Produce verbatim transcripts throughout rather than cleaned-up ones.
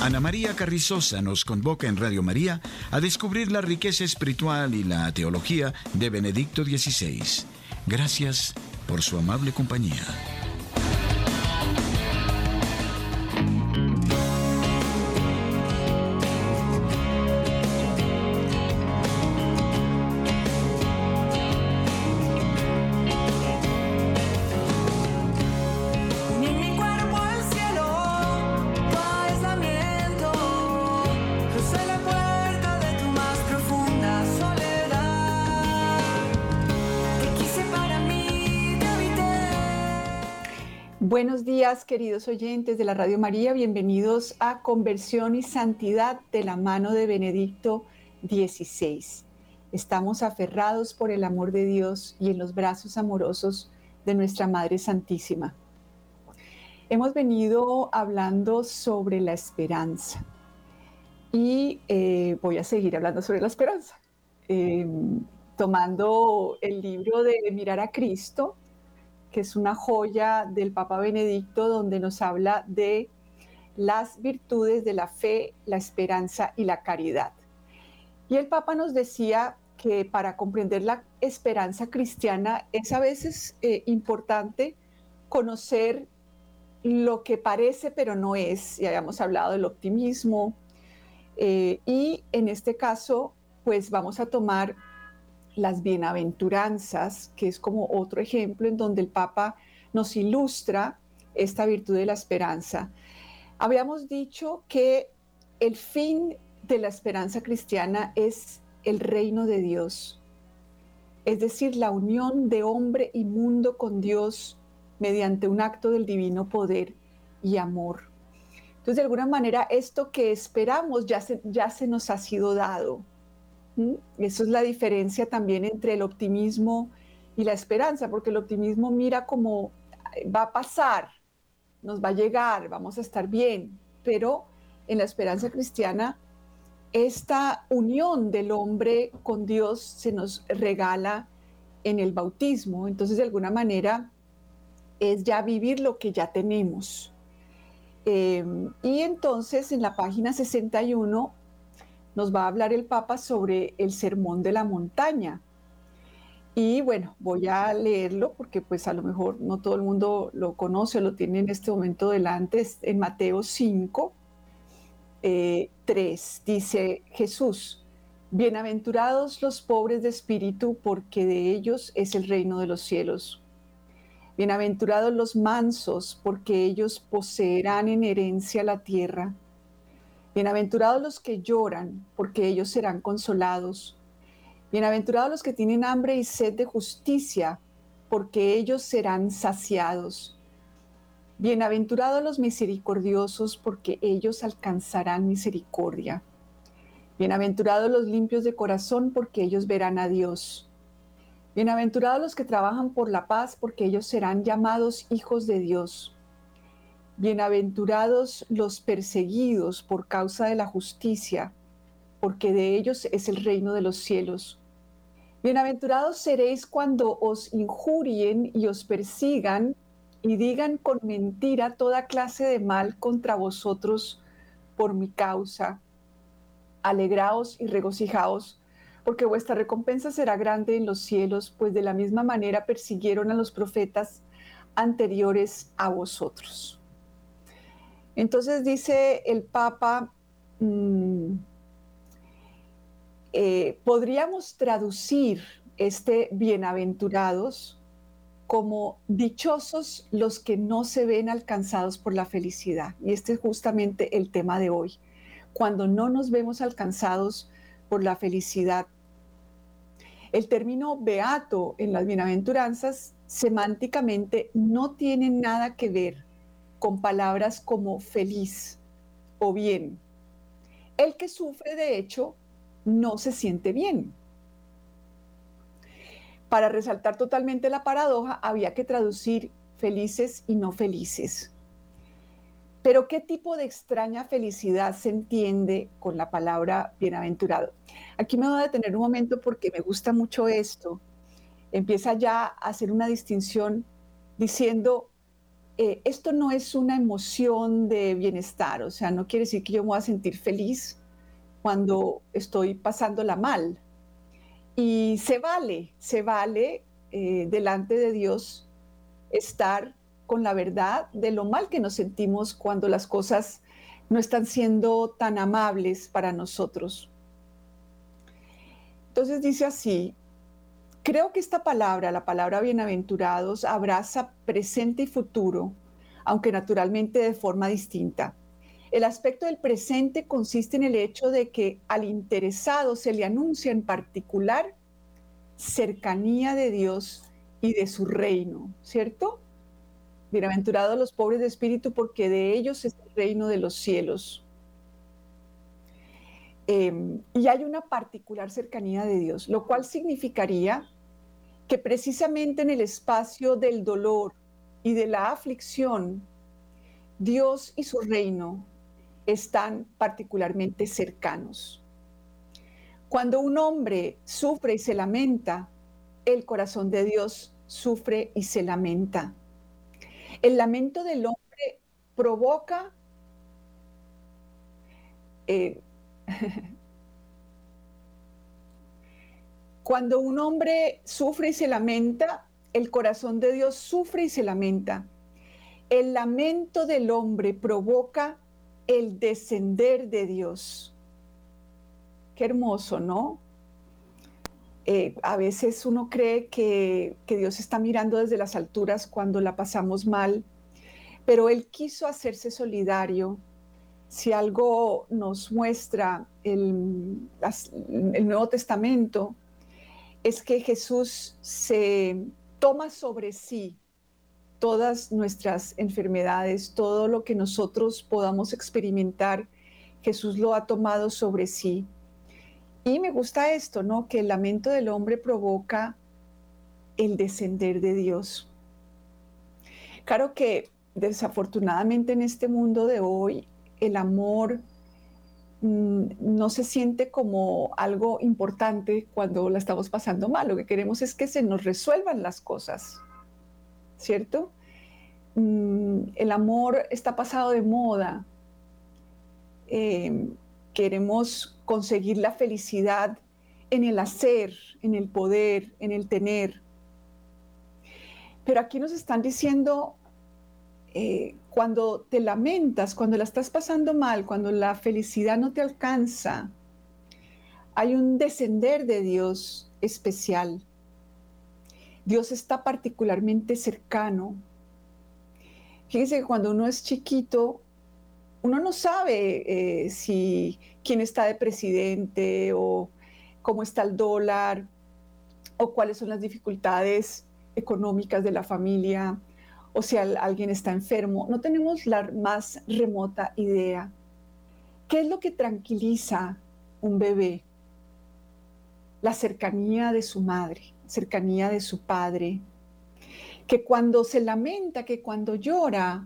Ana María Carrizosa nos convoca en Radio María a descubrir la riqueza espiritual y la teología de Benedicto dieciséis. Gracias por su amable compañía. Buenos días, queridos oyentes de la Radio María, bienvenidos a Conversión y Santidad de la mano de Benedicto dieciséis. Estamos aferrados por el amor de Dios y en los brazos amorosos de nuestra Madre Santísima. Hemos venido hablando sobre la esperanza y eh, voy a seguir hablando sobre la esperanza, eh, tomando el libro de Mirar a Cristo, que es una joya del Papa Benedicto, donde nos habla de las virtudes de la fe, la esperanza y la caridad. Y el Papa nos decía que para comprender la esperanza cristiana es a veces eh, importante conocer lo que parece pero no es. Ya habíamos hablado del optimismo eh, y en este caso pues vamos a tomar las bienaventuranzas, que es como otro ejemplo en donde el Papa nos ilustra esta virtud de la esperanza. Habíamos dicho que el fin de la esperanza cristiana es el reino de Dios, es decir, la unión de hombre y mundo con Dios mediante un acto del divino poder y amor. Entonces, de alguna manera, esto que esperamos ya se, ya se nos ha sido dado. ¿Mm? Eso es la diferencia también entre el optimismo y la esperanza, porque el optimismo mira como va a pasar, nos va a llegar, vamos a estar bien, pero en la esperanza cristiana esta unión del hombre con Dios se nos regala en el bautismo. Entonces, de alguna manera es ya vivir lo que ya tenemos. Eh, y entonces en la página sesenta y uno nos va a hablar el Papa sobre el Sermón de la Montaña. Y bueno, voy a leerlo porque pues a lo mejor no todo el mundo lo conoce o lo tiene en este momento delante. Es en Mateo cinco, eh, tres, dice Jesús: bienaventurados los pobres de espíritu, porque de ellos es el reino de los cielos. Bienaventurados los mansos, porque ellos poseerán en herencia la tierra. Bienaventurados los que lloran, porque ellos serán consolados. Bienaventurados los que tienen hambre y sed de justicia, porque ellos serán saciados. Bienaventurados los misericordiosos, porque ellos alcanzarán misericordia. Bienaventurados los limpios de corazón, porque ellos verán a Dios. Bienaventurados los que trabajan por la paz, porque ellos serán llamados hijos de Dios. Bienaventurados los perseguidos por causa de la justicia, porque de ellos es el reino de los cielos. Bienaventurados seréis cuando os injurien y os persigan y digan con mentira toda clase de mal contra vosotros por mi causa. Alegraos y regocijaos, porque vuestra recompensa será grande en los cielos, pues de la misma manera persiguieron a los profetas anteriores a vosotros. Entonces dice el Papa, mmm, eh, podríamos traducir este bienaventurados como dichosos los que no se ven alcanzados por la felicidad. Y este es justamente el tema de hoy, cuando no nos vemos alcanzados por la felicidad. El término beato en las bienaventuranzas semánticamente no tiene nada que ver con palabras como feliz o bien. El que sufre, de hecho, no se siente bien. Para resaltar totalmente la paradoja, había que traducir felices y no felices. Pero ¿qué tipo de extraña felicidad se entiende con la palabra bienaventurado? Aquí me voy a detener un momento porque me gusta mucho esto. Empieza ya a hacer una distinción diciendo eh, esto no es una emoción de bienestar, o sea, no quiere decir que yo me voy a sentir feliz cuando estoy pasándola mal. Y se vale, se vale eh, delante de Dios estar con la verdad de lo mal que nos sentimos cuando las cosas no están siendo tan amables para nosotros. Entonces dice así, creo que esta palabra, la palabra bienaventurados, abraza presente y futuro, aunque naturalmente de forma distinta. El aspecto del presente consiste en el hecho de que al interesado se le anuncia en particular cercanía de Dios y de su reino, ¿cierto? Bienaventurados los pobres de espíritu, porque de ellos es el reino de los cielos. Eh, y hay una particular cercanía de Dios, lo cual significaría que precisamente en el espacio del dolor y de la aflicción, Dios y su reino están particularmente cercanos. Cuando un hombre sufre y se lamenta, el corazón de Dios sufre y se lamenta. El lamento del hombre provoca eh, cuando un hombre sufre y se lamenta, el corazón de Dios sufre y se lamenta. El lamento del hombre provoca el descender de Dios. Qué hermoso, ¿no? Eh, a veces uno cree que, que Dios está mirando desde las alturas cuando la pasamos mal, pero Él quiso hacerse solidario. Si algo nos muestra el, las, el Nuevo Testamento, es que Jesús se toma sobre sí todas nuestras enfermedades, todo lo que nosotros podamos experimentar, Jesús lo ha tomado sobre sí. Y me gusta esto, ¿no? Que el lamento del hombre provoca el descender de Dios. Claro que desafortunadamente en este mundo de hoy, el amor mmm, no se siente como algo importante cuando la estamos pasando mal. Lo que queremos es que se nos resuelvan las cosas, ¿cierto? Mm, el amor está pasado de moda. Eh, queremos conseguir la felicidad en el hacer, en el poder, en el tener. Pero aquí nos están diciendo, eh, cuando te lamentas, cuando la estás pasando mal, cuando la felicidad no te alcanza, hay un descender de Dios especial. Dios está particularmente cercano. Fíjense que cuando uno es chiquito, uno no sabe eh, si quién está de presidente o cómo está el dólar o cuáles son las dificultades económicas de la familia o si al, alguien está enfermo. No tenemos la más remota idea. ¿Qué es lo que tranquiliza un bebé? La cercanía de su madre, cercanía de su padre, que cuando se lamenta, que cuando llora,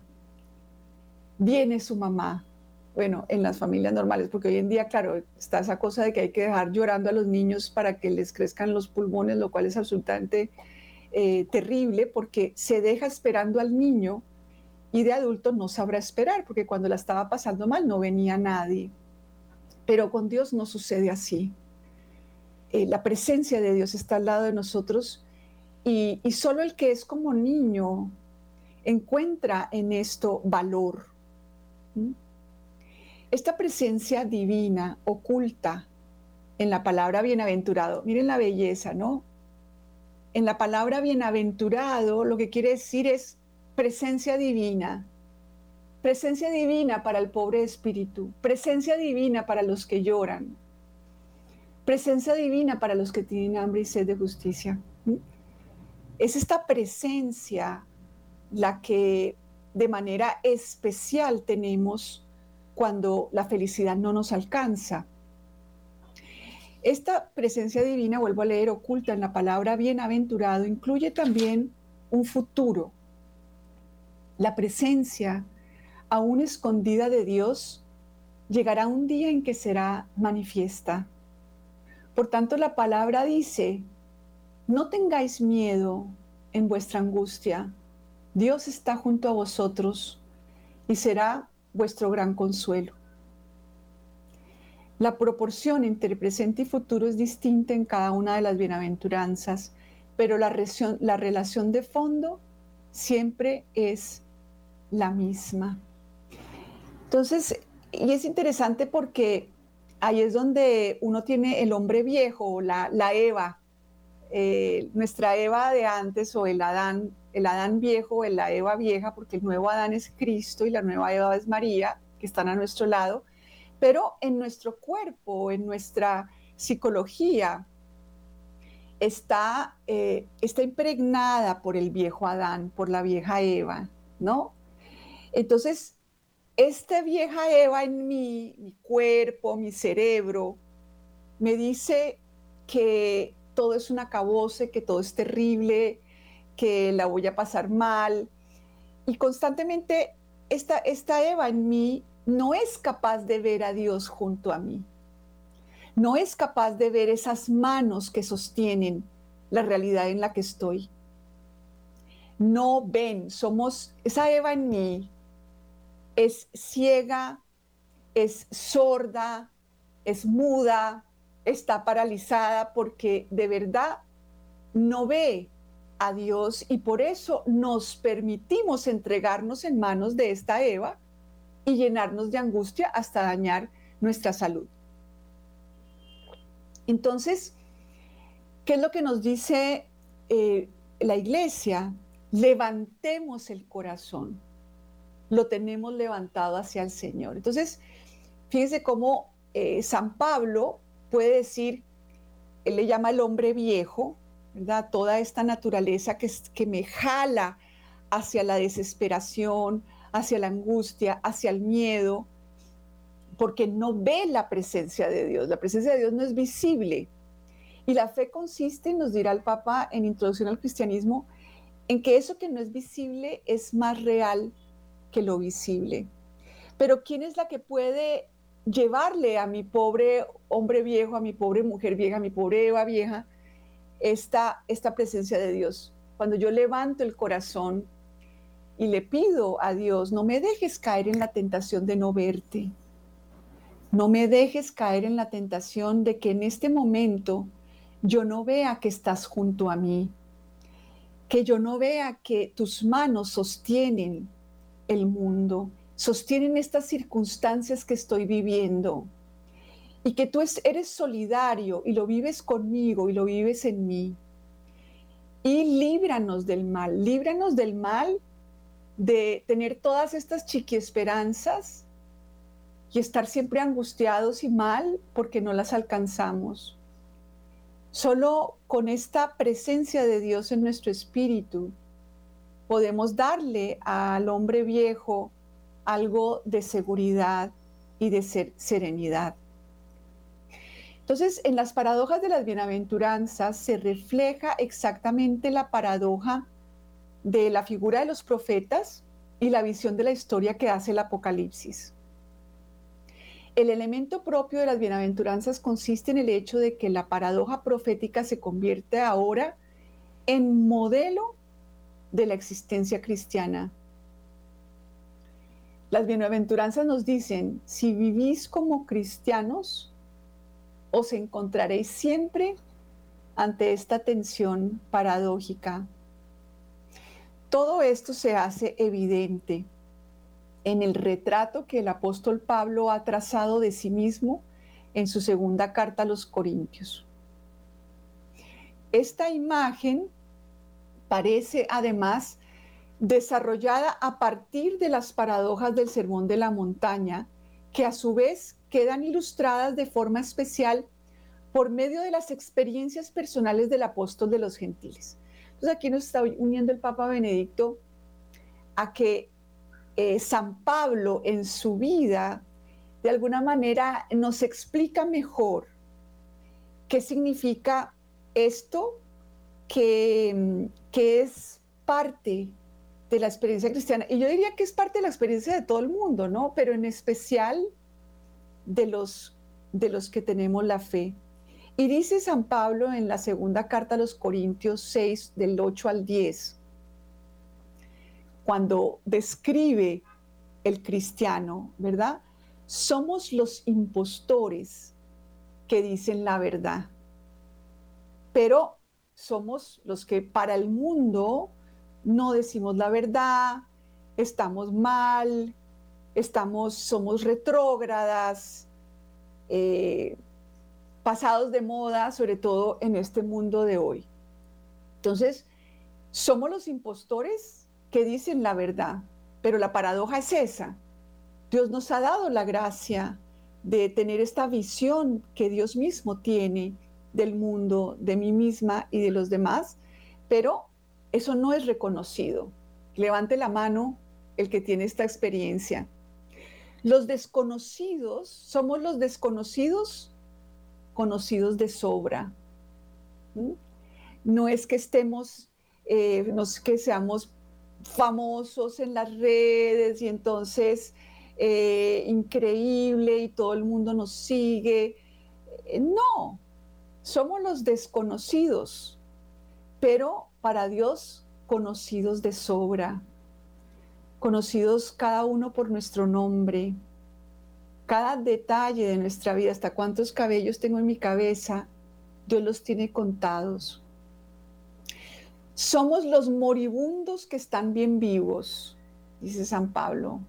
viene su mamá. Bueno, en las familias normales, porque hoy en día, claro, está esa cosa de que hay que dejar llorando a los niños para que les crezcan los pulmones, lo cual es absolutamente eh, terrible, porque se deja esperando al niño y de adulto no sabrá esperar, porque cuando la estaba pasando mal no venía nadie. Pero con Dios no sucede así. Eh, la presencia de Dios está al lado de nosotros y, y solo el que es como niño encuentra en esto valor. ¿Mm? Esta presencia divina oculta en la palabra bienaventurado, miren la belleza, ¿no? En la palabra bienaventurado lo que quiere decir es presencia divina, presencia divina para el pobre espíritu, presencia divina para los que lloran, presencia divina para los que tienen hambre y sed de justicia. ¿Mm? Es esta presencia la que de manera especial tenemos cuando la felicidad no nos alcanza. Esta presencia divina, vuelvo a leer, oculta en la palabra bienaventurado, incluye también un futuro. La presencia aún escondida de Dios llegará un día en que será manifiesta. Por tanto, la palabra dice, no tengáis miedo en vuestra angustia, Dios está junto a vosotros y será vuestro gran consuelo. La proporción entre presente y futuro es distinta en cada una de las bienaventuranzas, pero la, relación, la relación de fondo siempre es la misma. Entonces, y es interesante porque ahí es donde uno tiene el hombre viejo, la, la Eva, eh, nuestra Eva de antes, o el Adán, el Adán viejo, o la Eva vieja, porque el nuevo Adán es Cristo y la nueva Eva es María, que están a nuestro lado, pero en nuestro cuerpo, en nuestra psicología, está, eh, está impregnada por el viejo Adán, por la vieja Eva, ¿no? Entonces, esta vieja Eva en mí, mi cuerpo, mi cerebro, me dice que todo es un acabose, que todo es terrible, que la voy a pasar mal. Y constantemente esta, esta Eva en mí no es capaz de ver a Dios junto a mí. No es capaz de ver esas manos que sostienen la realidad en la que estoy. No ven, somos, esa Eva en mí es ciega, es sorda, es muda, está paralizada porque de verdad no ve a Dios, y por eso nos permitimos entregarnos en manos de esta Eva y llenarnos de angustia hasta dañar nuestra salud. Entonces, ¿qué es lo que nos dice eh, la iglesia? Levantemos el corazón. Lo tenemos levantado hacia el Señor. Entonces, fíjense cómo eh, San Pablo puede decir, él le llama el hombre viejo, ¿verdad? Toda esta naturaleza que, que me jala hacia la desesperación, hacia la angustia, hacia el miedo, porque no ve la presencia de Dios. La presencia de Dios no es visible. Y la fe consiste, nos dirá el Papa en Introducción al Cristianismo, en que eso que no es visible es más real que lo visible. Pero ¿quién es la que puede llevarle a mi pobre hombre viejo, a mi pobre mujer vieja, a mi pobre Eva vieja, esta, esta presencia de Dios? Cuando yo levanto el corazón y le pido a Dios, no me dejes caer en la tentación de no verte. No me dejes caer en la tentación de que en este momento yo no vea que estás junto a mí, que yo no vea que tus manos sostienen el mundo, sostienen estas circunstancias que estoy viviendo, y que tú eres solidario y lo vives conmigo y lo vives en mí. Y líbranos del mal, líbranos del mal de tener todas estas chiquiesperanzas y estar siempre angustiados y mal porque no las alcanzamos. Solo con esta presencia de Dios en nuestro espíritu podemos darle al hombre viejo algo de seguridad y de ser, serenidad. Entonces, en las paradojas de las bienaventuranzas se refleja exactamente la paradoja de la figura de los profetas y la visión de la historia que hace el Apocalipsis. El elemento propio de las bienaventuranzas consiste en el hecho de que la paradoja profética se convierte ahora en modelo de la existencia cristiana. Las bienaventuranzas nos dicen, si vivís como cristianos, os encontraréis siempre ante esta tensión paradójica. Todo esto se hace evidente en el retrato que el apóstol Pablo ha trazado de sí mismo en su segunda carta a los Corintios. Esta imagen parece además desarrollada a partir de las paradojas del Sermón de la Montaña, que a su vez quedan ilustradas de forma especial por medio de las experiencias personales del apóstol de los gentiles. Entonces aquí nos está uniendo el Papa Benedicto a que eh, San Pablo en su vida de alguna manera nos explica mejor qué significa esto que, que es parte de la experiencia cristiana. Y yo diría que es parte de la experiencia de todo el mundo, ¿no? Pero en especial de los, de los que tenemos la fe. Y dice San Pablo en la segunda carta a los Corintios seis, del ocho al diez, cuando describe el cristiano, ¿verdad? Somos los impostores que dicen la verdad, pero somos los que para el mundo no decimos la verdad, estamos mal, estamos, somos retrógradas, eh, pasados de moda, sobre todo en este mundo de hoy. Entonces, somos los impostores que dicen la verdad, pero la paradoja es esa. Dios nos ha dado la gracia de tener esta visión que Dios mismo tiene del mundo, de mí misma y de los demás, pero eso no es reconocido. Levante la mano el que tiene esta experiencia. Los desconocidos, somos los desconocidos conocidos de sobra. ¿Mm? No es que estemos, eh, no es que seamos famosos en las redes y entonces eh, increíble y todo el mundo nos sigue. Eh, no, somos los desconocidos, pero para Dios conocidos de sobra, conocidos cada uno por nuestro nombre, cada detalle de nuestra vida, hasta cuántos cabellos tengo en mi cabeza, Dios los tiene contados. Somos los moribundos que están bien vivos, dice San Pablo.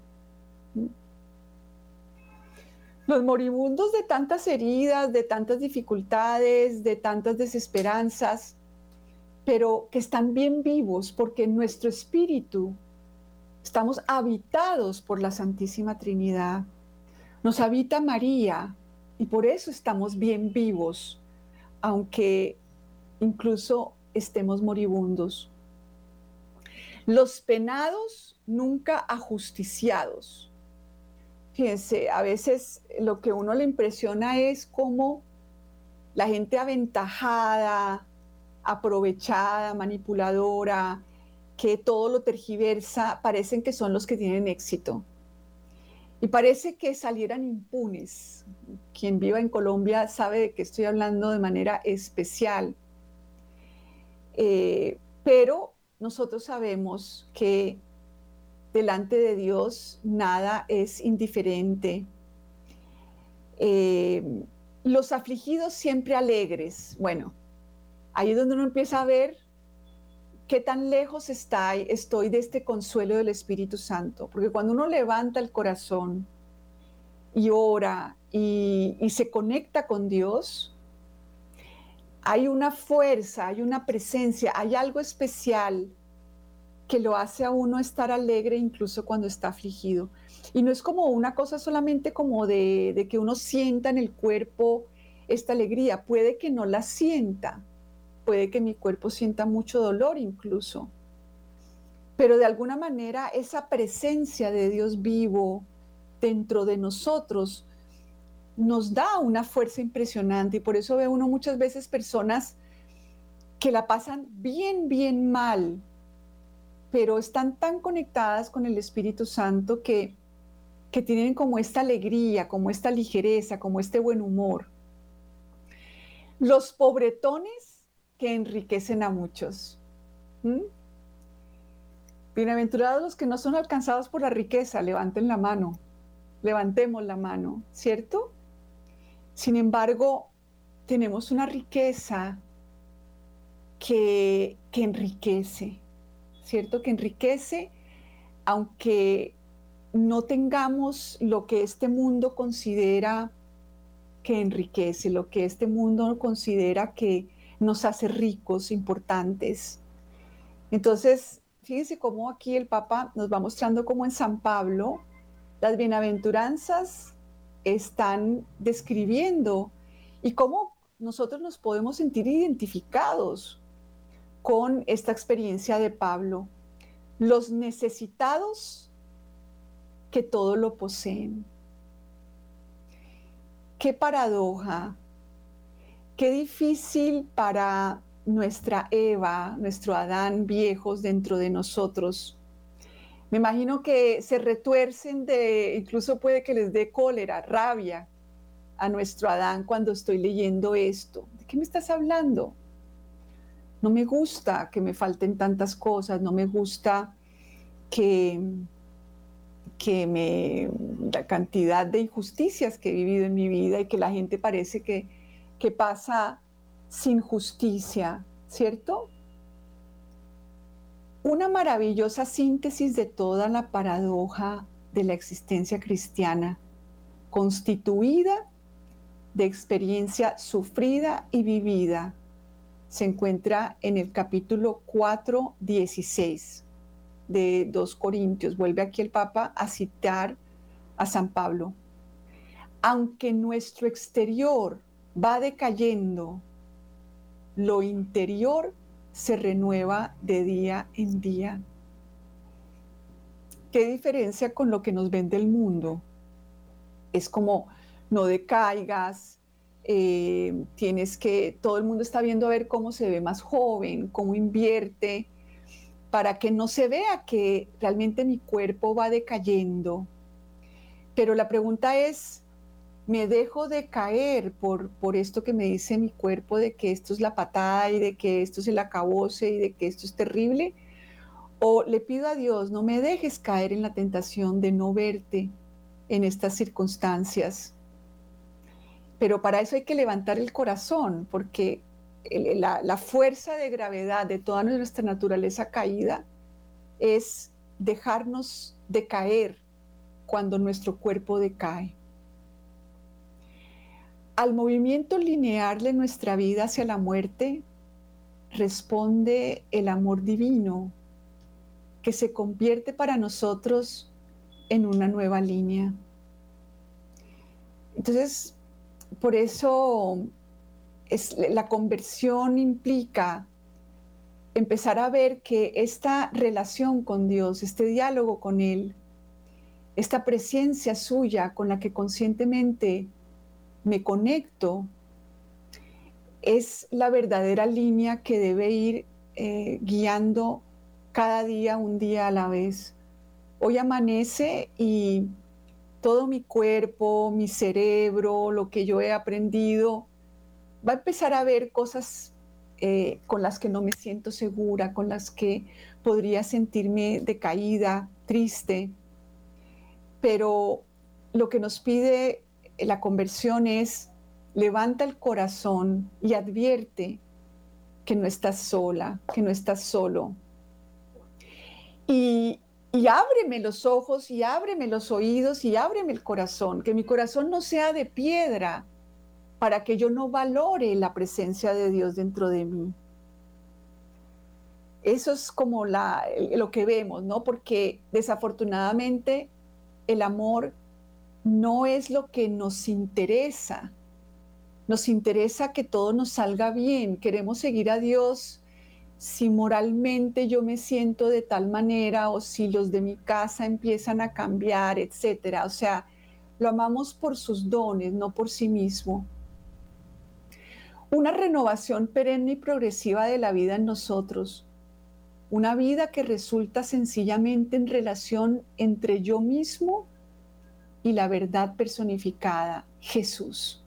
Los moribundos de tantas heridas, de tantas dificultades, de tantas desesperanzas, pero que están bien vivos porque en nuestro espíritu estamos habitados por la Santísima Trinidad. Nos habita María y por eso estamos bien vivos, aunque incluso estemos moribundos. Los penados nunca ajusticiados. Fíjense, a veces lo que a uno le impresiona es cómo la gente aventajada, aprovechada, manipuladora, que todo lo tergiversa, parecen que son los que tienen éxito. Y parece que salieran impunes. Quien viva en Colombia sabe de qué estoy hablando de manera especial. Eh, pero nosotros sabemos que delante de Dios nada es indiferente. Eh, los afligidos siempre alegres. Bueno, ahí es donde uno empieza a ver qué tan lejos está, estoy de este consuelo del Espíritu Santo. Porque cuando uno levanta el corazón y ora y, y se conecta con Dios, hay una fuerza, hay una presencia, hay algo especial que lo hace a uno estar alegre incluso cuando está afligido. Y no es como una cosa solamente como de, de que uno sienta en el cuerpo esta alegría, puede que no la sienta, puede que mi cuerpo sienta mucho dolor incluso, pero de alguna manera esa presencia de Dios vivo dentro de nosotros nos da una fuerza impresionante y por eso ve uno muchas veces personas que la pasan bien, bien mal, pero están tan conectadas con el Espíritu Santo que, que tienen como esta alegría, como esta ligereza, como este buen humor. Los pobretones que enriquecen a muchos. ¿Mm? Bienaventurados los que no son alcanzados por la riqueza, levanten la mano, levantemos la mano, ¿cierto? Sin embargo, tenemos una riqueza que, que enriquece, ¿cierto? Que enriquece, aunque no tengamos lo que este mundo considera que enriquece, lo que este mundo considera que nos hace ricos, importantes. Entonces, fíjense cómo aquí el Papa nos va mostrando cómo en San Pablo las bienaventuranzas están describiendo y cómo nosotros nos podemos sentir identificados con esta experiencia de Pablo. Los necesitados que todo lo poseen. Qué paradoja, qué difícil para nuestra Eva, nuestro Adán viejos dentro de nosotros. Me imagino que se retuercen de, incluso puede que les dé cólera, rabia a nuestro Adán cuando estoy leyendo esto. ¿De qué me estás hablando? No me gusta que me falten tantas cosas, no me gusta que, que me, la cantidad de injusticias que he vivido en mi vida y que la gente parece que, que pasa sin justicia, ¿cierto? Una maravillosa síntesis de toda la paradoja de la existencia cristiana, constituida de experiencia sufrida y vivida, se encuentra en el capítulo cuatro, dieciséis de dos Corintios. Vuelve aquí el Papa a citar a San Pablo. Aunque nuestro exterior va decayendo, lo interior se renueva de día en día. ¿Qué diferencia con lo que nos vende el mundo? Es como, no decaigas, eh, tienes que, todo el mundo está viendo a ver cómo se ve más joven, cómo invierte, para que no se vea que realmente mi cuerpo va decayendo. Pero la pregunta es, ¿me dejo de caer por, por esto que me dice mi cuerpo de que esto es la patada y de que esto es el acabose y de que esto es terrible? ¿O le pido a Dios, no me dejes caer en la tentación de no verte en estas circunstancias? Pero para eso hay que levantar el corazón, porque el, la, la fuerza de gravedad de toda nuestra naturaleza caída es dejarnos de caer cuando nuestro cuerpo decae. Al movimiento lineal de nuestra vida hacia la muerte responde el amor divino, que se convierte para nosotros en una nueva línea. Entonces, por eso es, la conversión implica empezar a ver que esta relación con Dios, este diálogo con Él, esta presencia suya con la que conscientemente me conecto, es la verdadera línea que debe ir eh, guiando cada día, un día a la vez. Hoy amanece y todo mi cuerpo, mi cerebro, lo que yo he aprendido, va a empezar a ver cosas eh, con las que no me siento segura, con las que podría sentirme decaída, triste. Pero lo que nos pide la conversión es: levanta el corazón y advierte que no estás sola, que no estás solo. Y, y ábreme los ojos y ábreme los oídos y ábreme el corazón, que mi corazón no sea de piedra para que yo no valore la presencia de Dios dentro de mí. Eso es como la, lo que vemos, ¿no? Porque desafortunadamente el amor no es lo que nos interesa. Nos interesa que todo nos salga bien. Queremos seguir a Dios si moralmente yo me siento de tal manera o si los de mi casa empiezan a cambiar, etcétera. O sea, lo amamos por sus dones, no por sí mismo. Una renovación perenne y progresiva de la vida en nosotros. Una vida que resulta sencillamente en relación entre yo mismo y la verdad personificada, Jesús.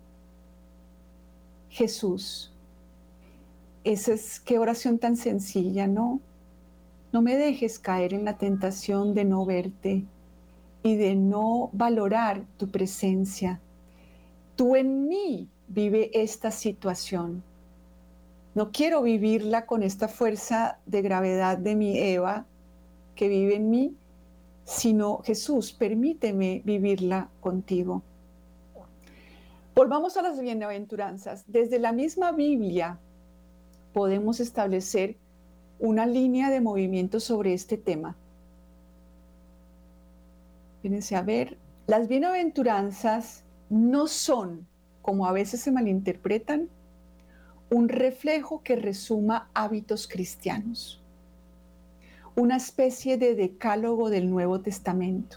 Jesús. Esa es, qué oración tan sencilla, ¿no? No me dejes caer en la tentación de no verte y de no valorar tu presencia. Tú en mí vive esta situación. No quiero vivirla con esta fuerza de gravedad de mi Eva que vive en mí, sino Jesús, permíteme vivirla contigo. Volvamos a las bienaventuranzas. Desde la misma Biblia podemos establecer una línea de movimiento sobre este tema. Fíjense a ver, las bienaventuranzas no son, como a veces se malinterpretan, un reflejo que resuma hábitos cristianos, una especie de decálogo del Nuevo Testamento.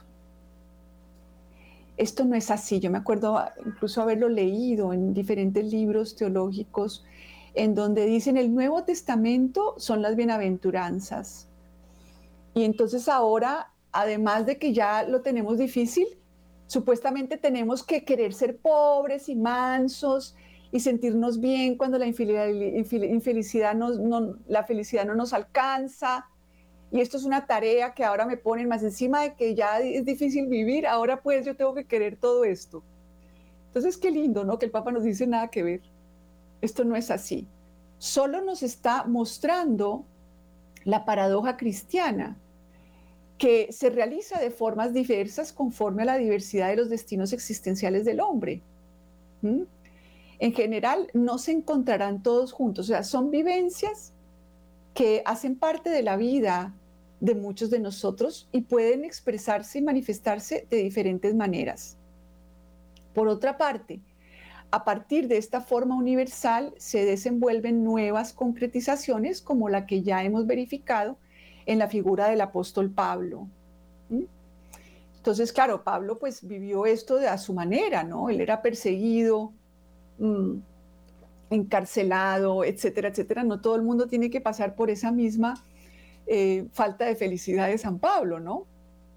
Esto no es así. Yo me acuerdo incluso haberlo leído en diferentes libros teológicos en donde dicen el Nuevo Testamento son las bienaventuranzas. Y entonces ahora, además de que ya lo tenemos difícil, supuestamente tenemos que querer ser pobres y mansos y sentirnos bien cuando la infelicidad, no, no, la felicidad no nos alcanza. y esto es una tarea que ahora me ponen más encima de que ya es difícil vivir, ahora pues yo tengo que querer todo esto. Entonces qué lindo, ¿no? Que el Papa nos dice nada que ver. Esto no es así. Solo nos está mostrando la paradoja cristiana, que se realiza de formas diversas conforme a la diversidad de los destinos existenciales del hombre. ¿Mm? En general, no se encontrarán todos juntos, o sea, son vivencias que hacen parte de la vida de muchos de nosotros y pueden expresarse y manifestarse de diferentes maneras. Por otra parte, a partir de esta forma universal se desenvuelven nuevas concretizaciones como la que ya hemos verificado en la figura del apóstol Pablo. ¿Mm? Entonces, claro, Pablo pues vivió esto de a su manera, ¿no? Él era perseguido, mmm, encarcelado, etcétera, etcétera. No todo el mundo tiene que pasar por esa misma eh, falta de felicidad de San Pablo, ¿no?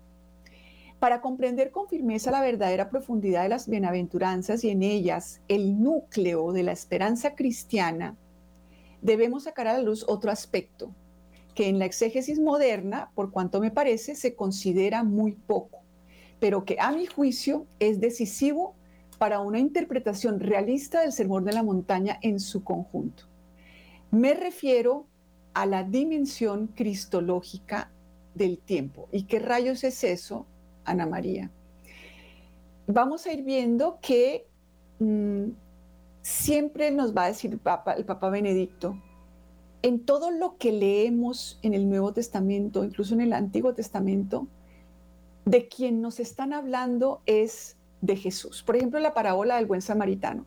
Para comprender con firmeza la verdadera profundidad de las bienaventuranzas y en ellas el núcleo de la esperanza cristiana, debemos sacar a la luz otro aspecto, que en la exégesis moderna, por cuanto me parece, se considera muy poco, pero que a mi juicio es decisivo para una interpretación realista del Sermón de la Montaña en su conjunto. Me refiero a la dimensión cristológica del tiempo. ¿Y qué rayos es eso, Ana María? Vamos a ir viendo que mmm, siempre nos va a decir el Papa, el Papa Benedicto, en todo lo que leemos en el Nuevo Testamento, incluso en el Antiguo Testamento, de quien nos están hablando es de Jesús. Por ejemplo, la parábola del buen samaritano.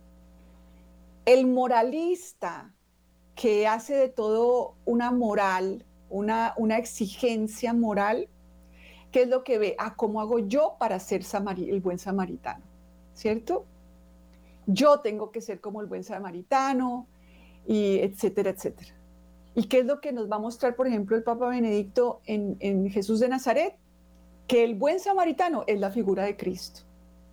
El moralista que hace de todo una moral, una, una exigencia moral, ¿qué es lo que ve? Ah, ¿cómo hago yo para ser samari- el buen samaritano? ¿Cierto? Yo tengo que ser como el buen samaritano, y etcétera, etcétera. ¿Y qué es lo que nos va a mostrar, por ejemplo, el Papa Benedicto en, en Jesús de Nazaret? Que el buen samaritano es la figura de Cristo.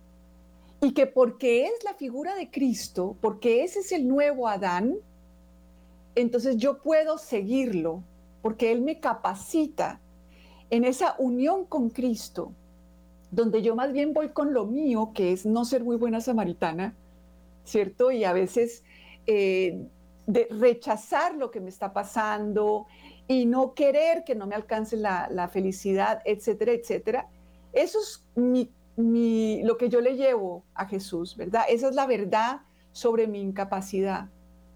Y que porque es la figura de Cristo, porque ese es el nuevo Adán, entonces yo puedo seguirlo, porque Él me capacita en esa unión con Cristo, donde yo más bien voy con lo mío, que es no ser muy buena samaritana, ¿cierto? Y a veces eh, de rechazar lo que me está pasando y no querer que no me alcance la, la felicidad, etcétera, etcétera. Eso es mi, mi, lo que yo le llevo a Jesús, ¿verdad? Esa es la verdad sobre mi incapacidad.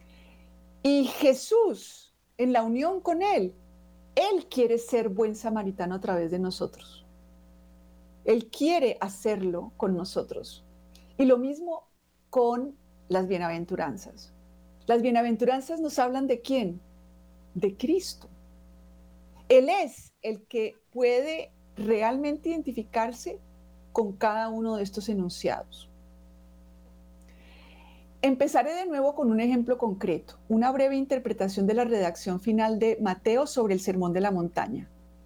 Y Jesús, en la unión con Él, Él quiere ser buen samaritano a través de nosotros. Él quiere hacerlo con nosotros. Y lo mismo con las bienaventuranzas. Las bienaventuranzas nos hablan de quién? De Cristo. Él es el que puede realmente identificarse con cada uno de estos enunciados. Empezaré de nuevo con un ejemplo concreto, una breve interpretación de la redacción final de Mateo sobre el Sermón de la Montaña.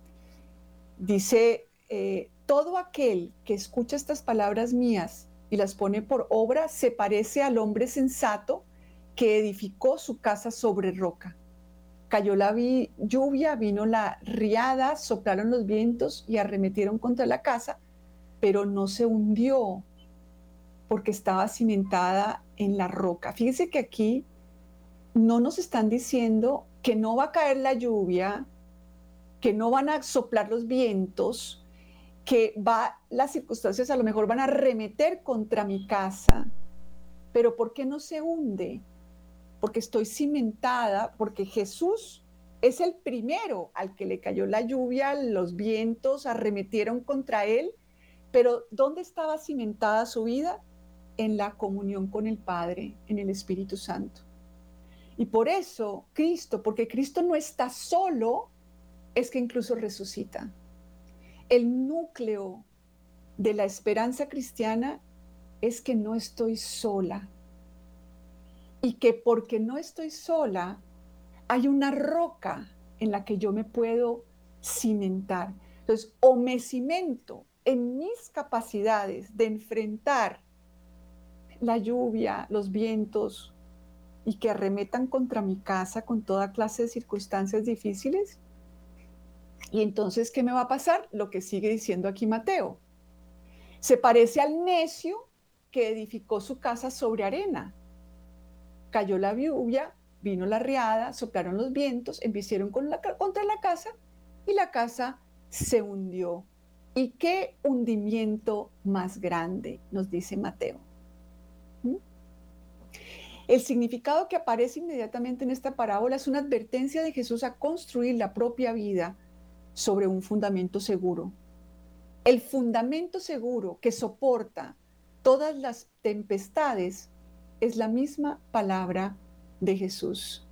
Dice, eh, todo aquel que escucha estas palabras mías y las pone por obra se parece al hombre sensato que edificó su casa sobre roca. Cayó la vi- lluvia, vino la riada, soplaron los vientos y arremetieron contra la casa, pero no se hundió porque estaba cimentada en la roca. Fíjense que aquí no nos están diciendo que no va a caer la lluvia, que no van a soplar los vientos, que va, las circunstancias a lo mejor van a arremeter contra mi casa, pero ¿por qué no se hunde? Porque estoy cimentada, porque Jesús es el primero al que le cayó la lluvia, los vientos arremetieron contra él, pero ¿dónde estaba cimentada su vida? En la comunión con el Padre, en el Espíritu Santo. Y por eso Cristo, porque Cristo no está solo, es que incluso resucita. El núcleo de la esperanza cristiana es que no estoy sola. Y que porque no estoy sola, hay una roca en la que yo me puedo cimentar. Entonces, o me cimento en mis capacidades de enfrentar la lluvia, los vientos, y que arremetan contra mi casa con toda clase de circunstancias difíciles, Y entonces, ¿qué me va a pasar? Lo que sigue diciendo aquí Mateo. Se parece al necio que edificó su casa sobre arena. Cayó la lluvia, vino la riada, soplaron los vientos, embistieron con la, contra la casa y la casa se hundió. ¿Y qué hundimiento más grande? Nos dice Mateo. ¿Mm? El significado que aparece inmediatamente en esta parábola es una advertencia de Jesús a construir la propia vida sobre un fundamento seguro. El fundamento seguro que soporta todas las tempestades es la misma palabra de Jesús.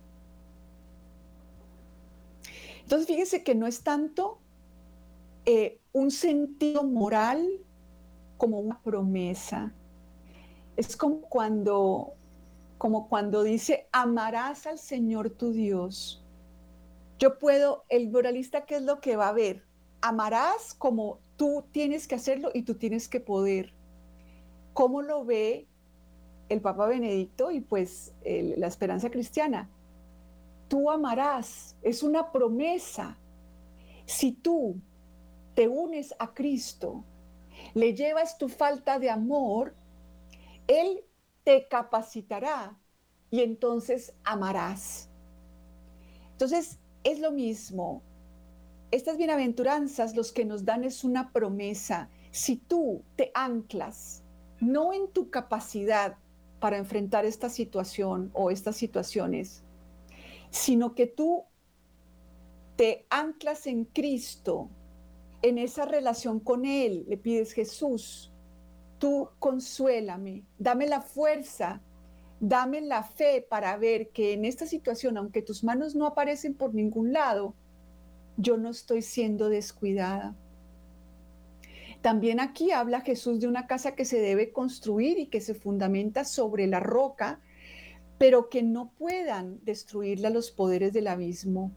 Entonces, fíjese que no es tanto eh, un sentido moral como una promesa. Es como cuando, como cuando dice, amarás al Señor tu Dios. Yo puedo, el moralista, ¿qué es lo que va a ver? Amarás como tú tienes que hacerlo y tú tienes que poder. ¿Cómo lo ve el Papa Benedicto y pues el, la esperanza cristiana? Tú amarás, es una promesa. Si tú te unes a Cristo, le llevas tu falta de amor, Él te capacitará y entonces amarás. Entonces, es lo mismo. Estas bienaventuranzas los que nos dan es una promesa. Si tú te anclas, no en tu capacidad para enfrentar esta situación o estas situaciones, sino que tú te anclas en Cristo, en esa relación con Él, le pides, Jesús, tú consuélame, dame la fuerza, dame la fe para ver que en esta situación, aunque tus manos no aparecen por ningún lado, yo no estoy siendo descuidada. También aquí habla Jesús de una casa que se debe construir y que se fundamenta sobre la roca, pero que no puedan destruirla los poderes del abismo.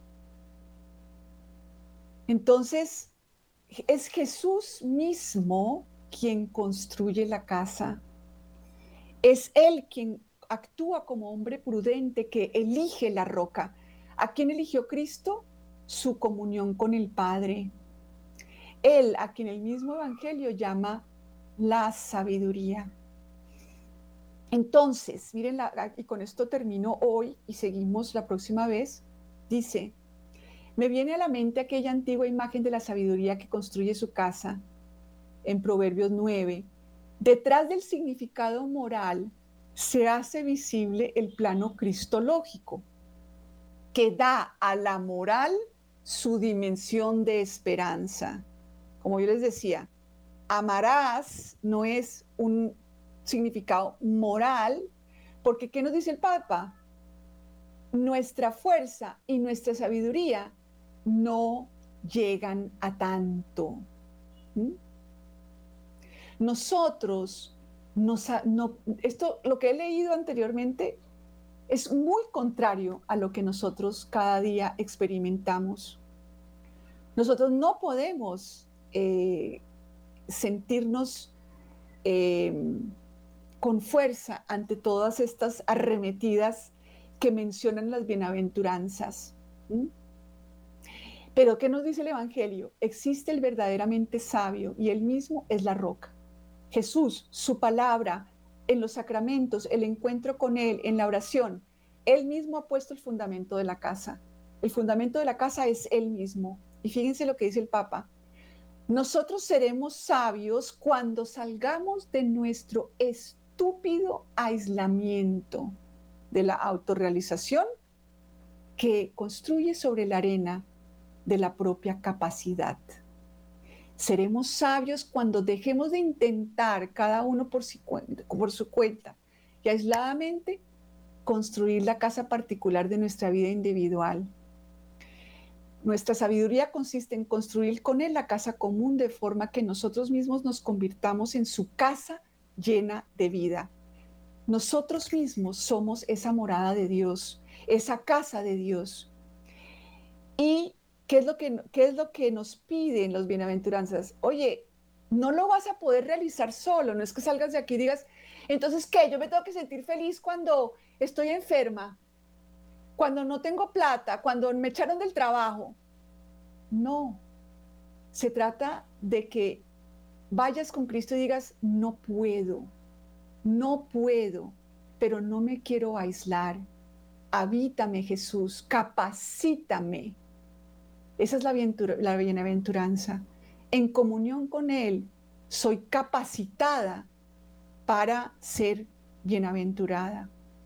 Entonces, es Jesús mismo quien construye la casa. Es Él quien actúa como hombre prudente que elige la roca. ¿A quién eligió Cristo? Su comunión con el Padre. Él, a quien el mismo Evangelio llama la sabiduría. Entonces, miren, la, y con esto termino hoy y seguimos la próxima vez, dice, me viene a la mente aquella antigua imagen de la sabiduría que construye su casa en Proverbios nueve. Detrás del significado moral se hace visible el plano cristológico, que da a la moral su dimensión de esperanza. Como yo les decía, amarás no es un significado moral, porque ¿qué nos dice el Papa? Nuestra fuerza y nuestra sabiduría no llegan a tanto. ¿Mm? Nosotros, nos, no, esto, lo que he leído anteriormente, es muy contrario a lo que nosotros cada día experimentamos. Nosotros no podemos eh, sentirnos eh, con fuerza ante todas estas arremetidas que mencionan las bienaventuranzas. ¿Mm? Pero ¿qué nos dice el Evangelio? Existe el verdaderamente sabio y él mismo es la roca. Jesús, su palabra, en los sacramentos, el encuentro con Él, en la oración, Él mismo ha puesto el fundamento de la casa. El fundamento de la casa es Él mismo. Y fíjense lo que dice el Papa. Nosotros seremos sabios cuando salgamos de nuestro estúpido aislamiento de la autorrealización que construye sobre la arena de la propia capacidad. Seremos sabios cuando dejemos de intentar cada uno por su, por su cuenta y aisladamente construir la casa particular de nuestra vida individual. Nuestra sabiduría consiste en construir con Él la casa común de forma que nosotros mismos nos convirtamos en su casa llena de vida. Nosotros mismos somos esa morada de Dios, esa casa de Dios. Y ¿Qué es, lo que, ¿Qué es lo que nos piden los bienaventuranzas? Oye, no lo vas a poder realizar solo, no es que salgas de aquí y digas, entonces, ¿qué? Yo me tengo que sentir feliz cuando estoy enferma, cuando no tengo plata, cuando me echaron del trabajo. No. Se trata de que vayas con Cristo y digas, no puedo, no puedo, pero no me quiero aislar. Habítame, Jesús, capacítame. Esa es la, la bienaventuranza. En comunión con Él, soy capacitada para ser bienaventurada.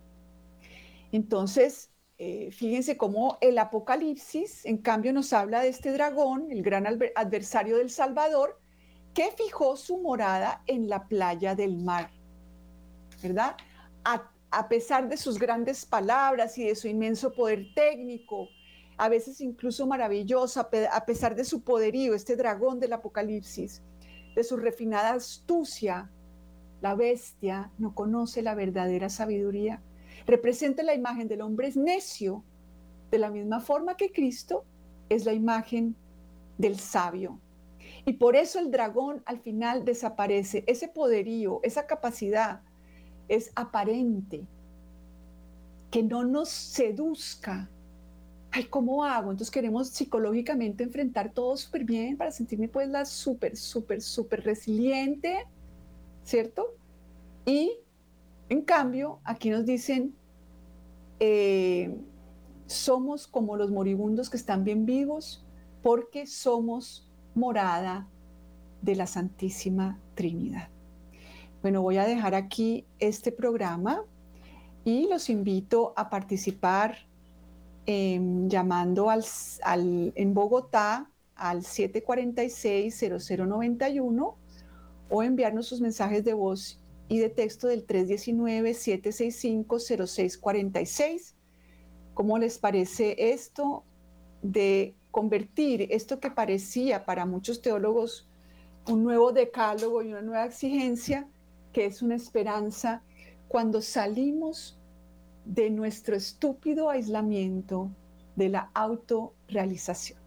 Entonces, eh, fíjense cómo el Apocalipsis, en cambio, nos habla de este dragón, el gran adversario del Salvador, que fijó su morada en la playa del mar, ¿verdad? A, a pesar de sus grandes palabras y de su inmenso poder técnico, a veces incluso maravilloso, a pesar de su poderío, este dragón del Apocalipsis, de su refinada astucia, la bestia no conoce la verdadera sabiduría. Representa la imagen del hombre necio, de la misma forma que Cristo es la imagen del sabio. Y por eso el dragón al final desaparece. Ese poderío, esa capacidad es aparente, que no nos seduzca. Ay, ¿cómo hago? Entonces queremos psicológicamente enfrentar todo súper bien para sentirme pues la súper, súper, súper resiliente, ¿cierto? Y en cambio, aquí nos dicen, eh, somos como los moribundos que están bien vivos porque somos morada de la Santísima Trinidad. Bueno, voy a dejar aquí este programa y los invito a participar eh, llamando al, al, en Bogotá al siete cuatro seis, cero cero nueve uno o enviarnos sus mensajes de voz y de texto del tres uno nueve, siete seis cinco, cero seis cuatro seis. ¿Cómo les parece esto de convertir esto que parecía para muchos teólogos un nuevo decálogo y una nueva exigencia, que es una esperanza, cuando salimos de nuestro estúpido aislamiento, de la autorrealización?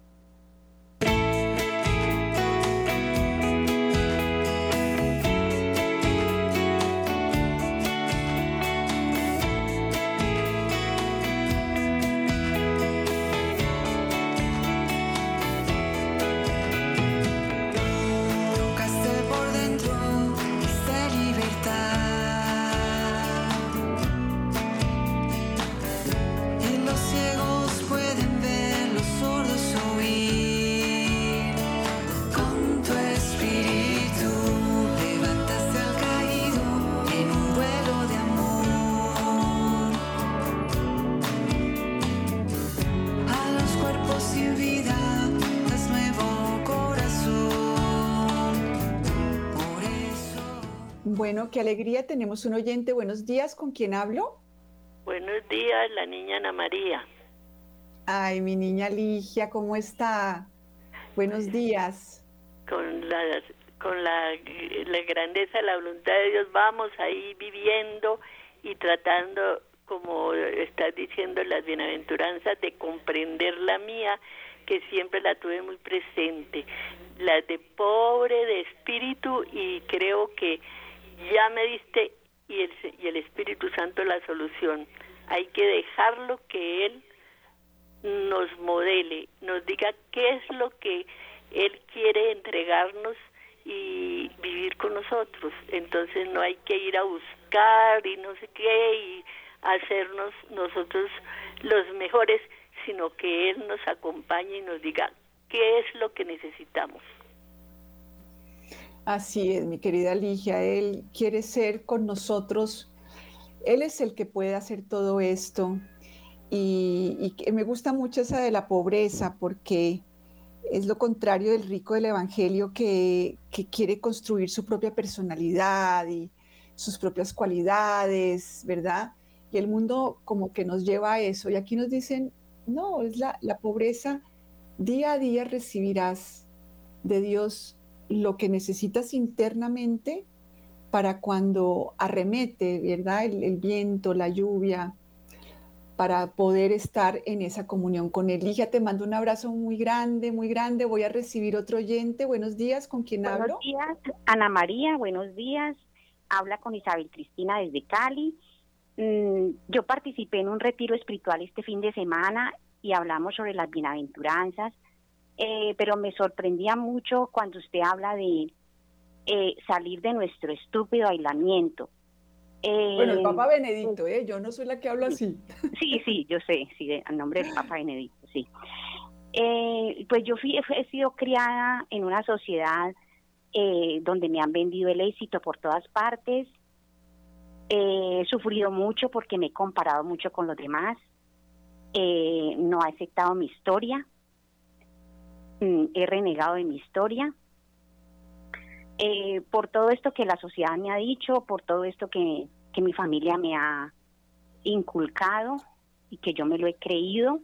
Bueno, qué alegría, tenemos un oyente. Buenos días, ¿con quién hablo? Buenos días, la niña Ana María. Ay, mi niña Ligia, ¿cómo está? Buenos días. Con la, con la, la grandeza de la voluntad de Dios vamos ahí viviendo y tratando, como estás diciendo, las bienaventuranzas, de comprender la mía, que siempre la tuve muy presente, la de pobre de espíritu, y creo que ya me diste y el, y el Espíritu Santo la solución. Hay que dejarlo que Él nos modele, nos diga qué es lo que Él quiere entregarnos y vivir con nosotros. Entonces no hay que ir a buscar y no sé qué y hacernos nosotros los mejores, sino que Él nos acompañe y nos diga qué es lo que necesitamos. Así es, mi querida Ligia, Él quiere ser con nosotros, Él es el que puede hacer todo esto, y, y me gusta mucho esa de la pobreza, porque es lo contrario del rico del Evangelio, que, que quiere construir su propia personalidad y sus propias cualidades, ¿verdad? Y el mundo como que nos lleva a eso, y aquí nos dicen, no, es la, la pobreza, día a día recibirás de Dios lo que necesitas internamente para cuando arremete, ¿verdad? El, el viento, la lluvia, para poder estar en esa comunión con Él. Ligia, te mando un abrazo muy grande, muy grande. Voy a recibir otro oyente. Buenos días, ¿con quién buenos hablo? Buenos días, Ana María, buenos días. Habla con Isabel Cristina desde Cali. Mm, yo participé en un retiro espiritual este fin de semana y hablamos sobre las bienaventuranzas. eh, pero me sorprendía mucho cuando usted habla de eh, salir de nuestro estúpido aislamiento. Eh, bueno, el Papa Benedicto, pues, ¿eh? Yo no soy la que hablo así. Sí, sí, yo sé, sí, a nombre del Papa Benedicto, sí. Eh, pues yo fui, he sido criada en una sociedad eh, donde me han vendido el éxito por todas partes. Eh, he sufrido mucho porque me he comparado mucho con los demás. Eh, no he aceptado mi historia. Mm, he renegado de mi historia. Eh, por todo esto que la sociedad me ha dicho, por todo esto que, que mi familia me ha inculcado y que yo me lo he creído.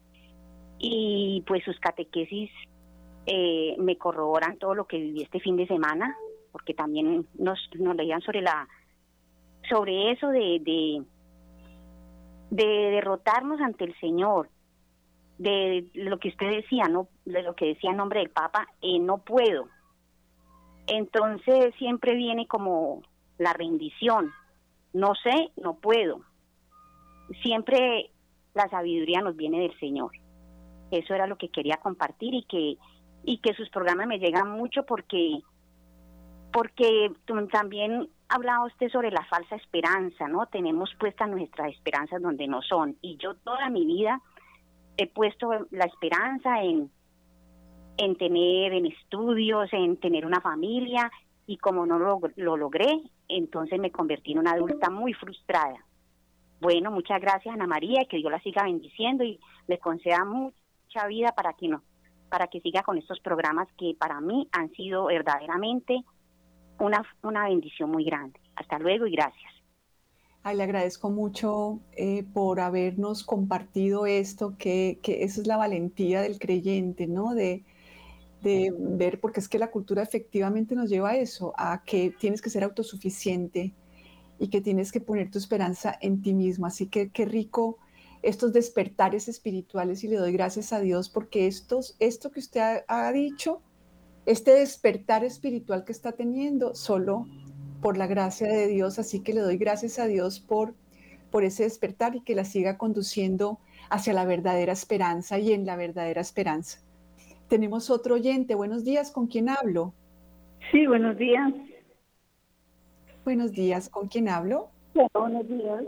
Y pues sus catequesis eh, me corroboran todo lo que viví este fin de semana, porque también nos, nos leían sobre la sobre eso de, de, de derrotarnos ante el Señor, de lo que usted decía, no, de lo que decía en nombre del Papa, eh, no puedo. Entonces siempre viene como la rendición, no sé, no puedo. Siempre la sabiduría nos viene del Señor. Eso era lo que quería compartir y que y que sus programas me llegan mucho porque porque también hablaba usted sobre la falsa esperanza, ¿no? Tenemos puestas nuestras esperanzas donde no son, y yo toda mi vida he puesto la esperanza en en tener en estudios, en tener una familia, y como no lo, lo logré, entonces me convertí en una adulta muy frustrada. Bueno, muchas gracias, Ana María, y que Dios la siga bendiciendo y le conceda mucha vida para que no, para que siga con estos programas que para mí han sido verdaderamente una, una bendición muy grande. Hasta luego y gracias. Ay, le agradezco mucho eh, por habernos compartido esto, que, que esa es la valentía del creyente, ¿no? De, de ver, porque es que la cultura efectivamente nos lleva a eso, a que tienes que ser autosuficiente y que tienes que poner tu esperanza en ti mismo. Así que qué rico estos despertares espirituales, y le doy gracias a Dios porque estos, esto que usted ha, ha dicho, este despertar espiritual que está teniendo, solo por la gracia de Dios. Así que le doy gracias a Dios por, por ese despertar y que la siga conduciendo hacia la verdadera esperanza y en la verdadera esperanza. Tenemos otro oyente. Buenos días, ¿con quién hablo? Sí, buenos días. Buenos días, ¿con quién hablo? Hola, buenos días.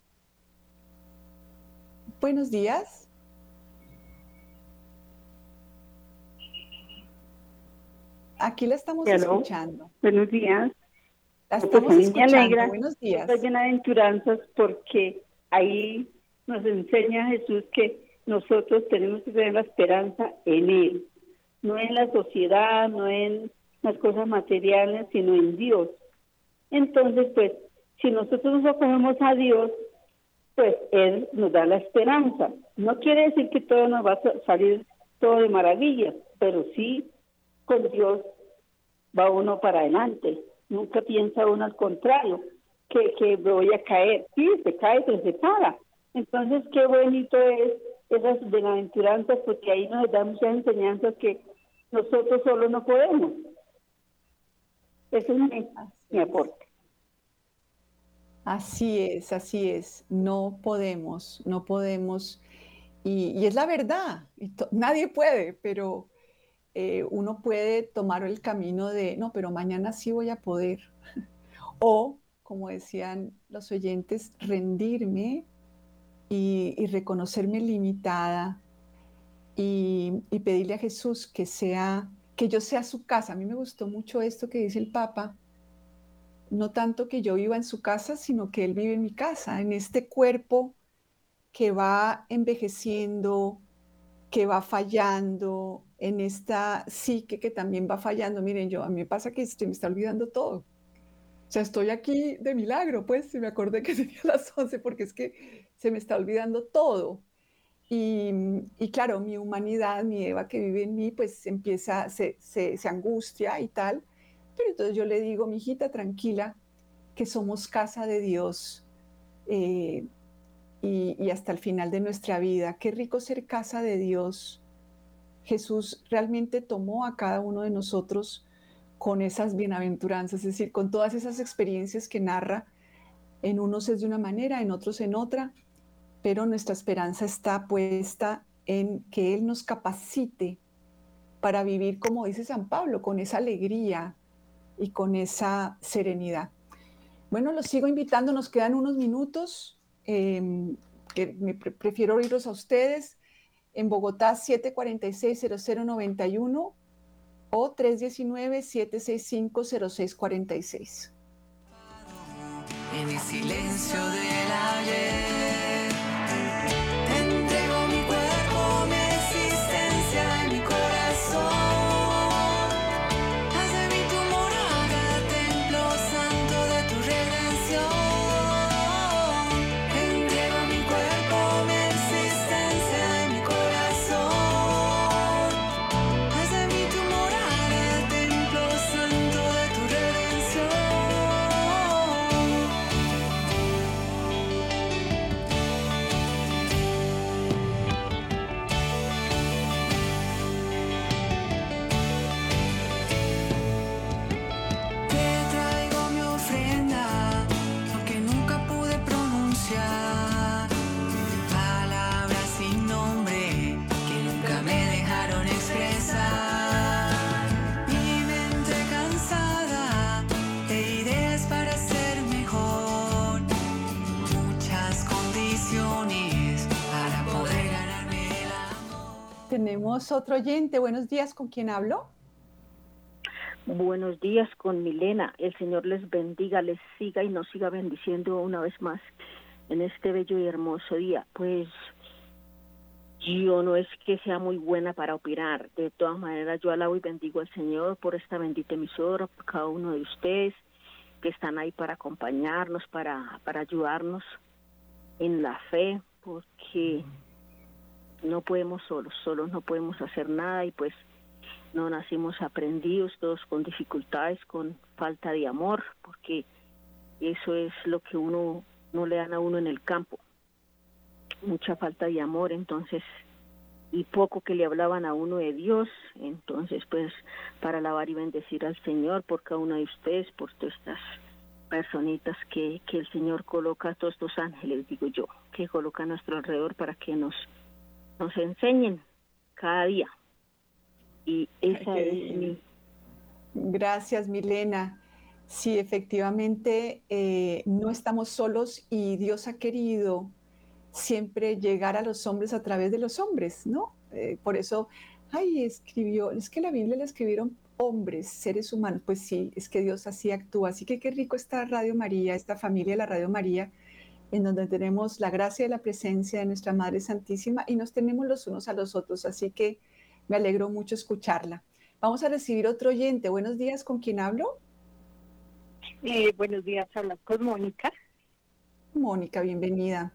Buenos días. Aquí la estamos Hello. escuchando. Buenos días. La estamos pues a mí escuchando. Me alegra Buenos días. estas bienaventuranzas porque ahí nos enseña Jesús que nosotros tenemos que tener la esperanza en Él, no en la sociedad, no en las cosas materiales, sino en Dios. Entonces, pues, si nosotros nos acogemos a Dios, pues Él nos da la esperanza. No quiere decir que todo nos va a salir todo de maravilla, pero sí, con Dios va uno para adelante. Nunca piensa uno al contrario, que, que voy a caer. Sí, se cae, pero se para. Entonces, qué bonito es esas bienaventuranzas, porque ahí nos da muchas enseñanzas que nosotros solo no podemos. Ese es mi, mi aporte. Así es, así es. No podemos, no podemos. Y, y es la verdad. Y to, nadie puede, pero eh, uno puede tomar el camino de, no, pero mañana sí voy a poder. O, como decían los oyentes, rendirme y, y reconocerme limitada y, y pedirle a Jesús que sea, que yo sea su casa. A mí me gustó mucho esto que dice el Papa. No tanto que yo viva en su casa, sino que Él vive en mi casa, en este cuerpo que va envejeciendo, que va fallando, en esta psique que también va fallando. Miren, yo, a mí me pasa que se me está olvidando todo. O sea, estoy aquí de milagro, pues, me acordé que tenía las once, porque es que se me está olvidando todo. Y, y claro, mi humanidad, mi Eva que vive en mí, pues empieza, se, se, se angustia y tal. Pero entonces yo le digo, mijita, tranquila, que somos casa de Dios eh, y, y hasta el final de nuestra vida. Qué rico ser casa de Dios. Jesús realmente tomó a cada uno de nosotros con esas bienaventuranzas, es decir, con todas esas experiencias que narra. En unos es de una manera, en otros en otra, pero nuestra esperanza está puesta en que Él nos capacite para vivir, como dice San Pablo, con esa alegría y con esa serenidad. Bueno, los sigo invitando, nos quedan unos minutos, eh, que me pre- prefiero oírlos a ustedes. En Bogotá, siete cuatro seis, cero cero nueve uno o tres uno nueve, siete seis cinco, cero seis cuatro seis. En el silencio del ayer, te entrego mi cuerpo, mi existencia y mi corazón. Haz de mí tu morada, templo santo de tu redención. Te entrego mi cuerpo, mi existencia y mi corazón. Haz de mí tu morada, templo santo de tu redención. Te traigo mi ofrenda, lo que nunca pude pronunciar. Palabras sin nombre que nunca me dejaron expresar. Mi mente cansada de ideas para ser mejor. Muchas condiciones para poder ganarme el amor. Tenemos otro oyente. Buenos días, ¿con quién hablo? Buenos días con Milena. El Señor les bendiga, les siga y nos siga bendiciendo una vez más en este bello y hermoso día. Pues yo no es que sea muy buena para opinar. De todas maneras, yo alabo y bendigo al Señor por esta bendita emisora, por cada uno de ustedes que están ahí para acompañarnos, para, para ayudarnos en la fe, porque no podemos solos, solos no podemos hacer nada y pues no nacimos aprendidos, todos con dificultades, con falta de amor, porque eso es lo que uno no le dan a uno en el campo, mucha falta de amor, entonces, y poco que le hablaban a uno de Dios, entonces pues para alabar y bendecir al Señor por cada uno de ustedes, por todas estas personitas que, que el Señor coloca, todos estos ángeles, digo yo, que coloca a nuestro alrededor para que nos, nos enseñen cada día. Y esa Ay, es mi... Gracias, Milena. Sí, efectivamente, eh, no estamos solos y Dios ha querido siempre llegar a los hombres a través de los hombres, ¿no? Eh, por eso, ay, escribió, es que la Biblia la escribieron hombres, seres humanos. Pues sí, es que Dios así actúa. Así que qué rico esta Radio María, esta familia de la Radio María, en donde tenemos la gracia de la presencia de nuestra Madre Santísima y nos tenemos los unos a los otros. Así que me alegro mucho escucharla. Vamos a recibir otro oyente. Buenos días, ¿con quién hablo? Eh, buenos días, hablas con Mónica. Mónica, bienvenida.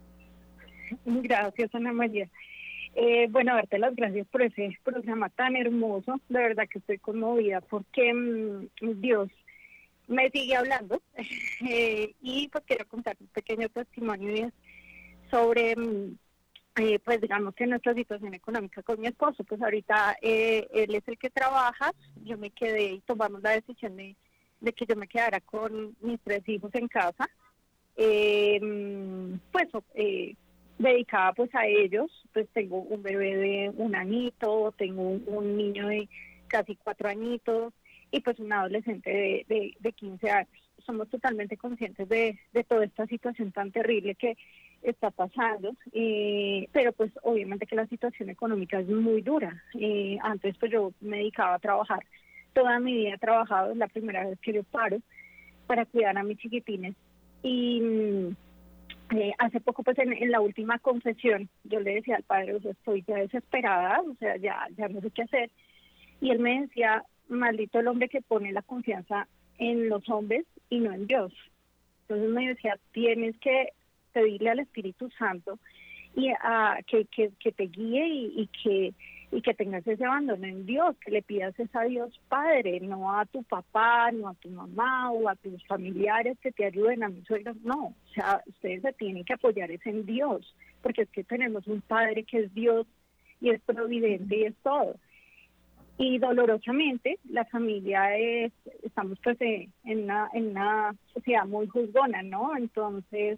Gracias, Ana María. Eh, bueno, darte las gracias por ese programa tan hermoso. De verdad que estoy conmovida porque mmm, Dios me sigue hablando eh, y pues quiero contar un pequeño testimonio sobre, mmm, eh, pues digamos que nuestra situación económica con mi esposo. Pues ahorita eh, él es el que trabaja, yo me quedé y tomamos la decisión de, de que yo me quedara con mis tres hijos en casa. Eh, pues eh, dedicada pues a ellos, pues tengo un bebé de un añito, tengo un, un niño de casi cuatro añitos y pues un adolescente de, de, de quince años. Somos totalmente conscientes de, de toda esta situación tan terrible que está pasando, eh, pero pues obviamente que la situación económica es muy dura. Eh, antes pues yo me dedicaba a trabajar, toda mi vida he trabajado, es la primera vez que yo paro para cuidar a mis chiquitines. Y eh, hace poco, pues en, en la última confesión, yo le decía al padre, o sea, estoy ya desesperada, o sea, ya, ya no sé qué hacer. Y él me decía, maldito el hombre que pone la confianza en los hombres y no en Dios. Entonces me decía, tienes que pedirle al Espíritu Santo y a, que, que, que te guíe y, y que y que tengas ese abandono en Dios, que le pidas es a Dios Padre, no a tu papá, no a tu mamá o a tus familiares que te ayuden, a mis suegros, no, o sea, ustedes se tienen que apoyar es en Dios, porque es que tenemos un Padre que es Dios y es providente y es todo. Y dolorosamente la familia es, estamos pues eh, en una en una sociedad muy juzgona, ¿no? Entonces,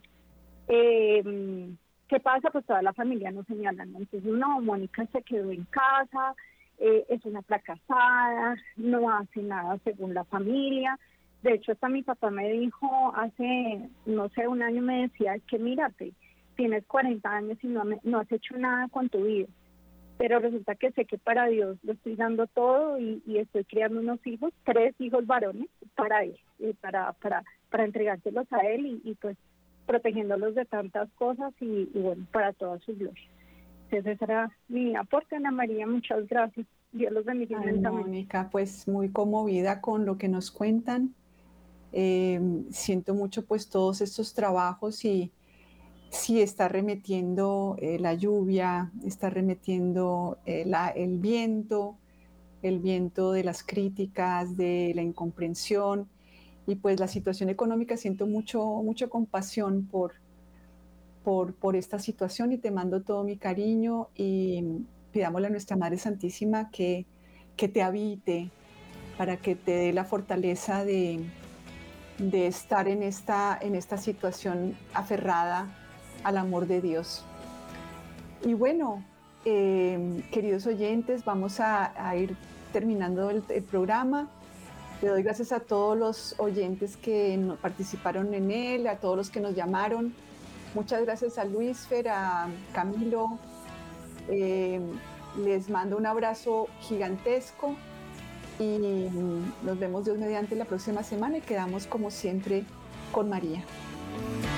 eh, ¿qué pasa? Pues toda la familia nos señala, ¿no? Entonces, no, Mónica se quedó en casa, eh, es una fracasada, no hace nada según la familia. De hecho, hasta mi papá me dijo hace, no sé, un año me decía que mírate, tienes cuarenta años y no, no has hecho nada con tu vida. Pero resulta que sé que para Dios lo estoy dando todo y, y estoy criando unos hijos, tres hijos varones para él, y para, para, para entregárselos a él y, y pues protegiéndolos de tantas cosas y, y bueno, para toda su gloria. Entonces ese era mi aporte, Ana María, muchas gracias. Dios los bendiga inmensamente. Mónica, pues muy conmovida con lo que nos cuentan. Eh, siento mucho pues todos estos trabajos y sí está remetiendo eh, la lluvia, está remetiendo eh, la, el viento, el viento de las críticas, de la incomprensión y pues la situación económica. Siento mucho, mucho compasión por, por, por esta situación y te mando todo mi cariño y pidámosle a nuestra Madre Santísima que, que te habite para que te dé la fortaleza de, de estar en esta, en esta situación aferrada al amor de Dios. Y bueno, eh, queridos oyentes, vamos a, a ir terminando el, el programa. Le doy gracias a todos los oyentes que no, participaron en él, a todos los que nos llamaron. Muchas gracias a Luisfer, a Camilo. Eh, les mando un abrazo gigantesco y nos vemos Dios mediante la próxima semana y quedamos como siempre con María.